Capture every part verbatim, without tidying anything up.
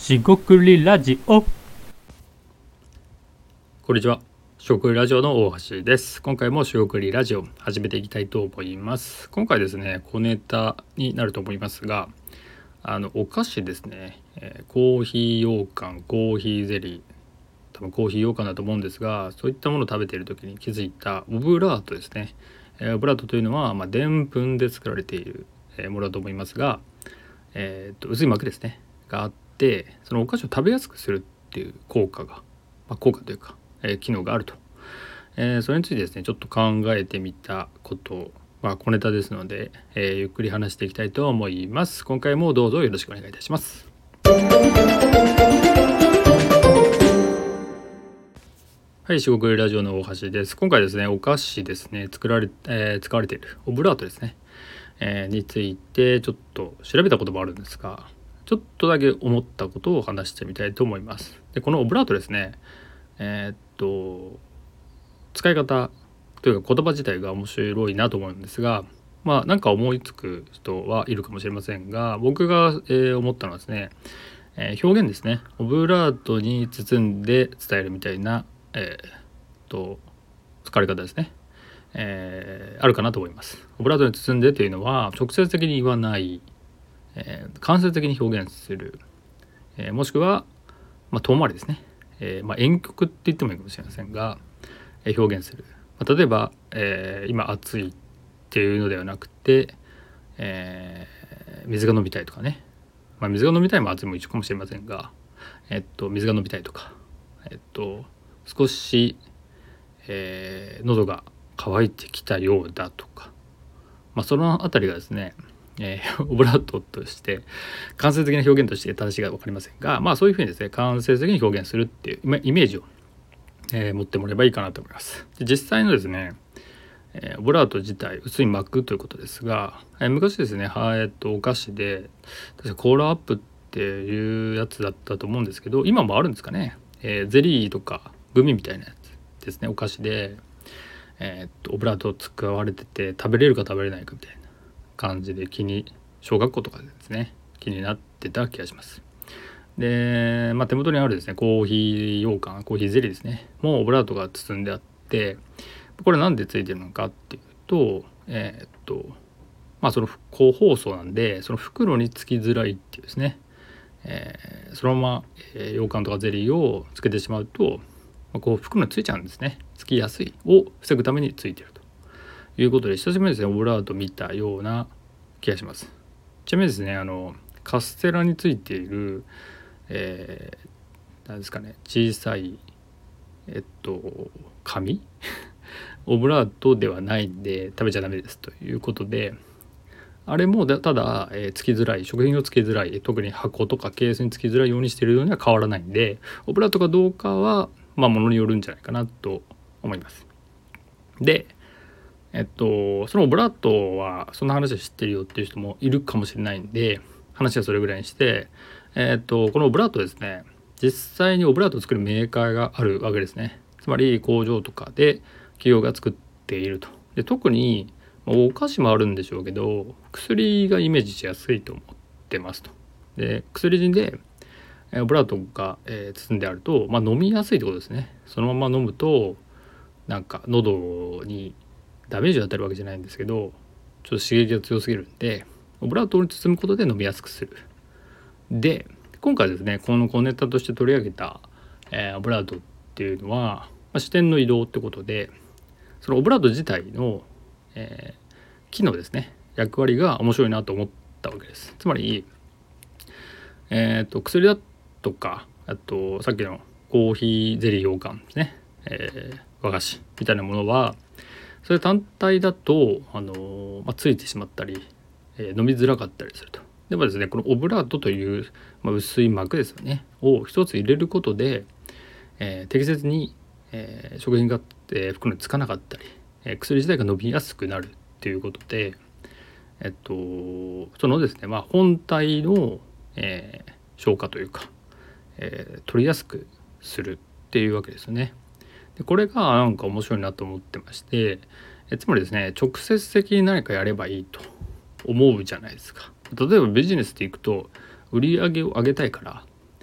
しごくりラジオ。 こんにちは。しごくりラジオの大橋です。今回もしごくりラジオ始めていきたいと思います。今回ですね、小ネタになると思いますが、あのお菓子ですね、えー、コーヒー羊羹、コーヒーゼリー、多分コーヒー羊羹だと思うんですが、そういったものを食べている時に気づいたオブラートですね。えー、オブラートというのはまあでんぷんで作られているものだと思いますが、えー、と薄い膜ですねがあって、そのお菓子を食べやすくするっていう効果が、まあ、効果というか、えー、機能があると、えー、それについてですねちょっと考えてみたことを、まあ、小ネタですので、えー、ゆっくり話していきたいと思います。今回もどうぞよろしくお願いいたします。はい、しごくりラジオの大橋です。今回ですね、お菓子ですね、作られ、えー、使われているオブラートですね、えー、についてちょっと調べたこともあるんですが、ちょっとだけ思ったことを話してみたいと思います。で、このオブラートですね、えー、っと使い方というか言葉自体が面白いなと思うんですが、まあなんか思いつく人はいるかもしれませんが、僕が、えー、思ったのはですね、えー、表現ですね。オブラートに包んで伝えるみたいな、えー、と使われ方ですね、えー、あるかなと思います。オブラートに包んでというのは直接的に言わない、えー、間接的に表現する、えー、もしくは、まあ、遠回りですね、えーまあ、婉曲って言ってもいいかもしれませんが、えー、表現する、まあ、例えば、えー、今暑いっていうのではなくて、えー、水が飲みたいとかね、まあ、水が飲みたいも暑いも一緒かもしれませんが、えっと、水が飲みたいとか、えっと、少し、えー、喉が渇いてきたようだとか、まあ、そのあたりがですね、えー、オブラートとして間接的な表現として正しいか分かりませんが、まあそういうふうにですね間接的に表現するっていうイメージを、えー、持ってもらえばいいかなと思います。で、実際のですね、えー、オブラート自体薄い膜ということですが、えー、昔ですね、はえー、っとお菓子で確かコーラアップっていうやつだったと思うんですけど、今もあるんですかね、えー、ゼリーとかグミみたいなやつですね、お菓子で、えー、っとオブラート使われてて食べれるか食べれないかみたいな感じで気に小学校とかでですね気になってた気がします。で、まあ、手元にあるですねコーヒー羊羹、コーヒーゼリーですねもうオブラートが包んであって、これなんでついてるのかっていうと、えー、っとまあその個包装なんでその袋につきづらいっていうですね、えー、そのまま、えー、羊羹とかゼリーをつけてしまうと、まあ、こう袋についちゃうんですね。つきやすいを防ぐためについているということで、久しぶりにですねオブラート見たような気がします。ちなみにですね、あのカステラについている、えー、何ですかね、小さいえっと紙オブラートではないんで食べちゃダメですということで、あれもただ、えー、つきづらい、食品をつきづらい、特に箱とかケースにつきづらいようにしているのには変わらないんで、オブラートかどうかはまあものによるんじゃないかなと思います。で、えっとそのオブラートはそんな話を知ってるよっていう人もいるかもしれないんで、話はそれぐらいにして、えっとこのオブラートですね、実際にオブラートを作るメーカーがあるわけですね。つまり工場とかで企業が作っていると。で、特にお菓子もあるんでしょうけど、薬がイメージしやすいと思ってますと。で、薬でオブラートが、えー、包んであると、まあ、飲みやすいってことですね。そのまま飲むとなんか喉にダメージを与えるわけじゃないんですけど、ちょっと刺激が強すぎるんで、オブラートに包むことで飲みやすくする。で、今回ですねこの小ネタとして取り上げた、えー、オブラートっていうのは、まあ、視点の移動ってことで、そのオブラート自体の、えー、機能ですね、役割が面白いなと思ったわけです。つまり、えー、と薬だとか、あとさっきのコーヒーゼリー羊羹ですね、えー、和菓子みたいなものはそれ単体だと、あのーまあ、ついてしまったり、えー、飲みづらかったりすると。でもですね、このオブラートという、まあ、薄い膜ですよねを一つ入れることで、えー、適切に、えー、食品が、えー、袋につかなかったり、えー、薬自体が飲みやすくなるっていうことで、えっとそのですね、まあ、本体の、えー、消化というか、えー、取りやすくするっていうわけですよね。でこれがなんか面白いなと思ってまして、えつまりですね、直接的に何かやればいいと思うじゃないですか。例えばビジネスでいくと売り上げを上げたいから、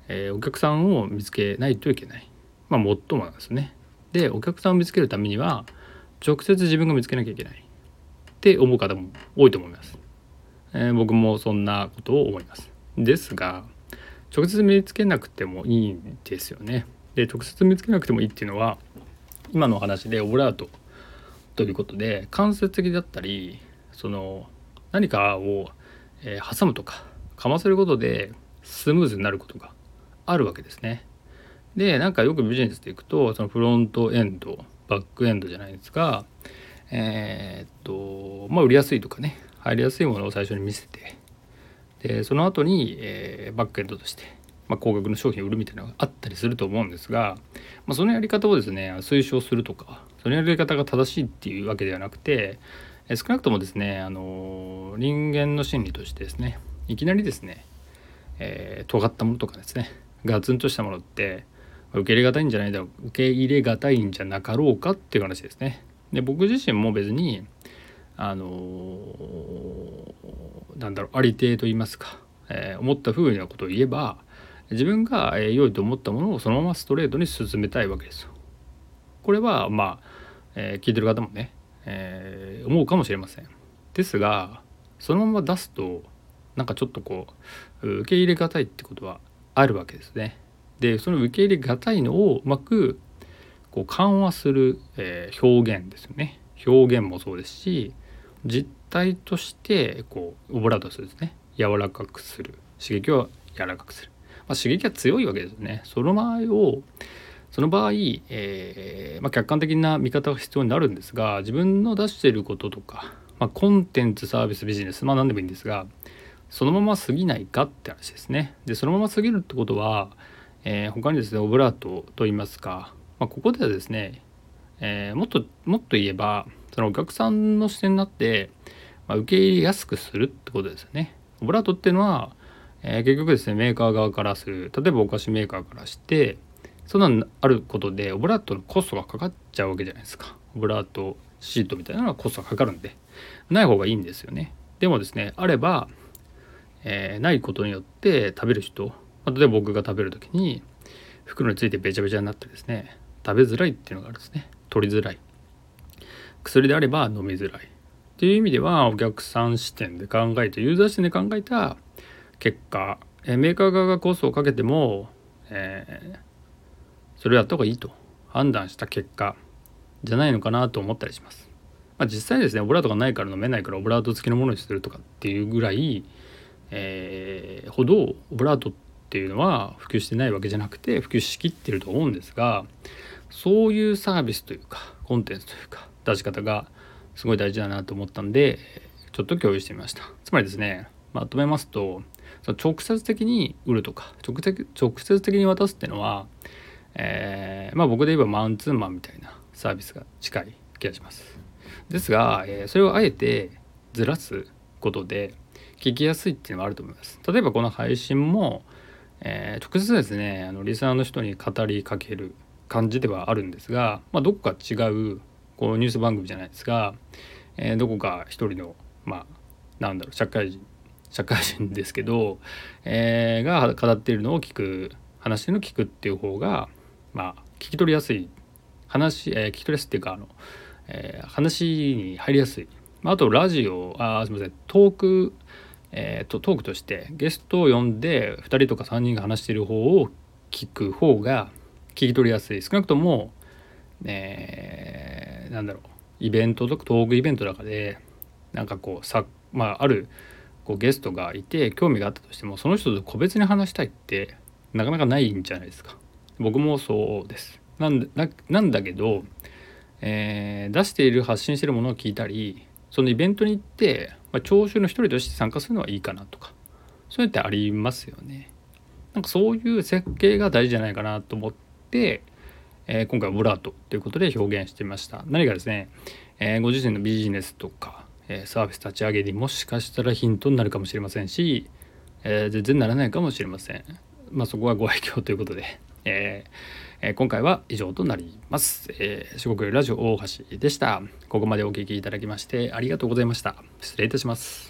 えー、お客さんを見つけないといけない。まあもっともなんですね。でお客さんを見つけるためには直接自分が見つけなきゃいけないって思う方も多いと思います。えー、僕もそんなことを思います。ですが直接見つけなくてもいいんですよね。で直接見つけなくてもいいっていうのは今の話でオブラートということで間接的だったりその何かを、えー、挟むとかかませることでスムーズになることがあるわけですね。でなんかよくビジネスでいくとそのフロントエンドバックエンドじゃないですがえー、っとまあ売りやすいとかね入りやすいものを最初に見せてでその後に、えー、バックエンドとして、まあ、高額の商品を売るみたいなのがあったりすると思うんですが、まあ、そのやり方をですね推奨するとかそのやり方が正しいっていうわけではなくて、えー、少なくともですね、あのー、人間の心理としてですねいきなりですね、えー、尖ったものとかですねガツンとしたものって受け入れがたいんじゃないだろう受け入れがたいんじゃなかろうかっていう話ですね。で僕自身も別にあのなんだろうありていと言いますか、えー、思った風なことを言えば自分が良いと思ったものをそのままストレートに進めたいわけですよ。これはまあ、えー、聞いてる方もね、えー、思うかもしれません。ですがそのまま出すとなんかちょっとこう受け入れがたいってことはあるわけですね。でその受け入れがたいのをうまくこう緩和する、えー、表現ですよね。表現もそうですし実態としてこうオブラートするですね柔らかくする刺激を柔らかくする、まあ、刺激は強いわけですね。その場合をその場合、えーまあ、客観的な見方が必要になるんですが自分の出していることとか、まあ、コンテンツサービスビジネスまあ何でもいいんですがそのまま過ぎないかって話ですね。でそのまま過ぎるってことは、えー、他にですねオブラートといいますか、まあ、ここではですね、えー、もっともっと言えばそのお客さんの視点になって、まあ、受け入れやすくするってことですよね。オブラートっていうのは、えー、結局ですねメーカー側からする例えばお菓子メーカーからしてそんなのあることでオブラートのコストがかかっちゃうわけじゃないですか。オブラートシートみたいなのはコストがかかるんでない方がいいんですよね。でもですねあれば、えー、ないことによって食べる人、まあ、例えば僕が食べる時に袋についてべちゃべちゃになってですね食べづらいっていうのがあるんですね。取りづらい薬であれば飲みづらいっていう意味ではお客さん視点で考えてユーザー視点で考えた結果、えー、メーカー側がコストをかけても、えー、それをやった方がいいと判断した結果じゃないのかなと思ったりします。まあ、実際ですねオブラートがないから飲めないからオブラート付きのものにするとかっていうぐらい、えー、ほどオブラートっていうのは普及してないわけじゃなくて普及しきってると思うんですがそういうサービスというかコンテンツというか出し方がすごい大事だなと思ったんでちょっと共有してみました。つまりですねまとめますとその直接的に売るとか直接直接的に渡すっていうのは、えー、まあ僕で言えばマンツーマンみたいなサービスが近い気がします。ですが、えー、それをあえてずらすことで聞きやすいっていうのはあると思います。例えばこの配信も、えー、直接ですねあのリスナーの人に語りかける感じではあるんですが、まあ、どこか違うこうニュース番組じゃないですが、えー、どこか一人のまあなんだろう社会人社会人ですけど、えー、が語っているのを聞く話してるのを聞くっていう方がまあ聞き取りやすい話、えー、聞き取りやすいっていうかあの、えー、話に入りやすい。あとラジオあすみませんトーク、えー、とトークとしてゲストを呼んでふたりとかさんにんが話している方を聞く方が聞き取りやすい。少なくとも、えー、なんだろうイベントとかトークイベントの中でなんかこうさ、まあ、あるこうゲストがいて興味があったとしてもその人と個別に話したいってなかなかないんじゃないですか。僕もそうです。なんだ、なんだけど、えー、出している発信しているものを聞いたりそのイベントに行って、まあ、聴衆の一人として参加するのはいいかなとかそういうのってありますよね。なんかそういう設計が大事じゃないかなと思って、えー、今回はオブラートということで表現してみました。何かですね、えー、ご自身のビジネスとか、えー、サービス立ち上げにもしかしたらヒントになるかもしれませんし、えー、全然ならないかもしれません。まあそこはご愛嬌ということで、えーえー、今回は以上となります。えー、四国ラジオ大橋でした。ここまでお聞きいただきましてありがとうございました。失礼いたします。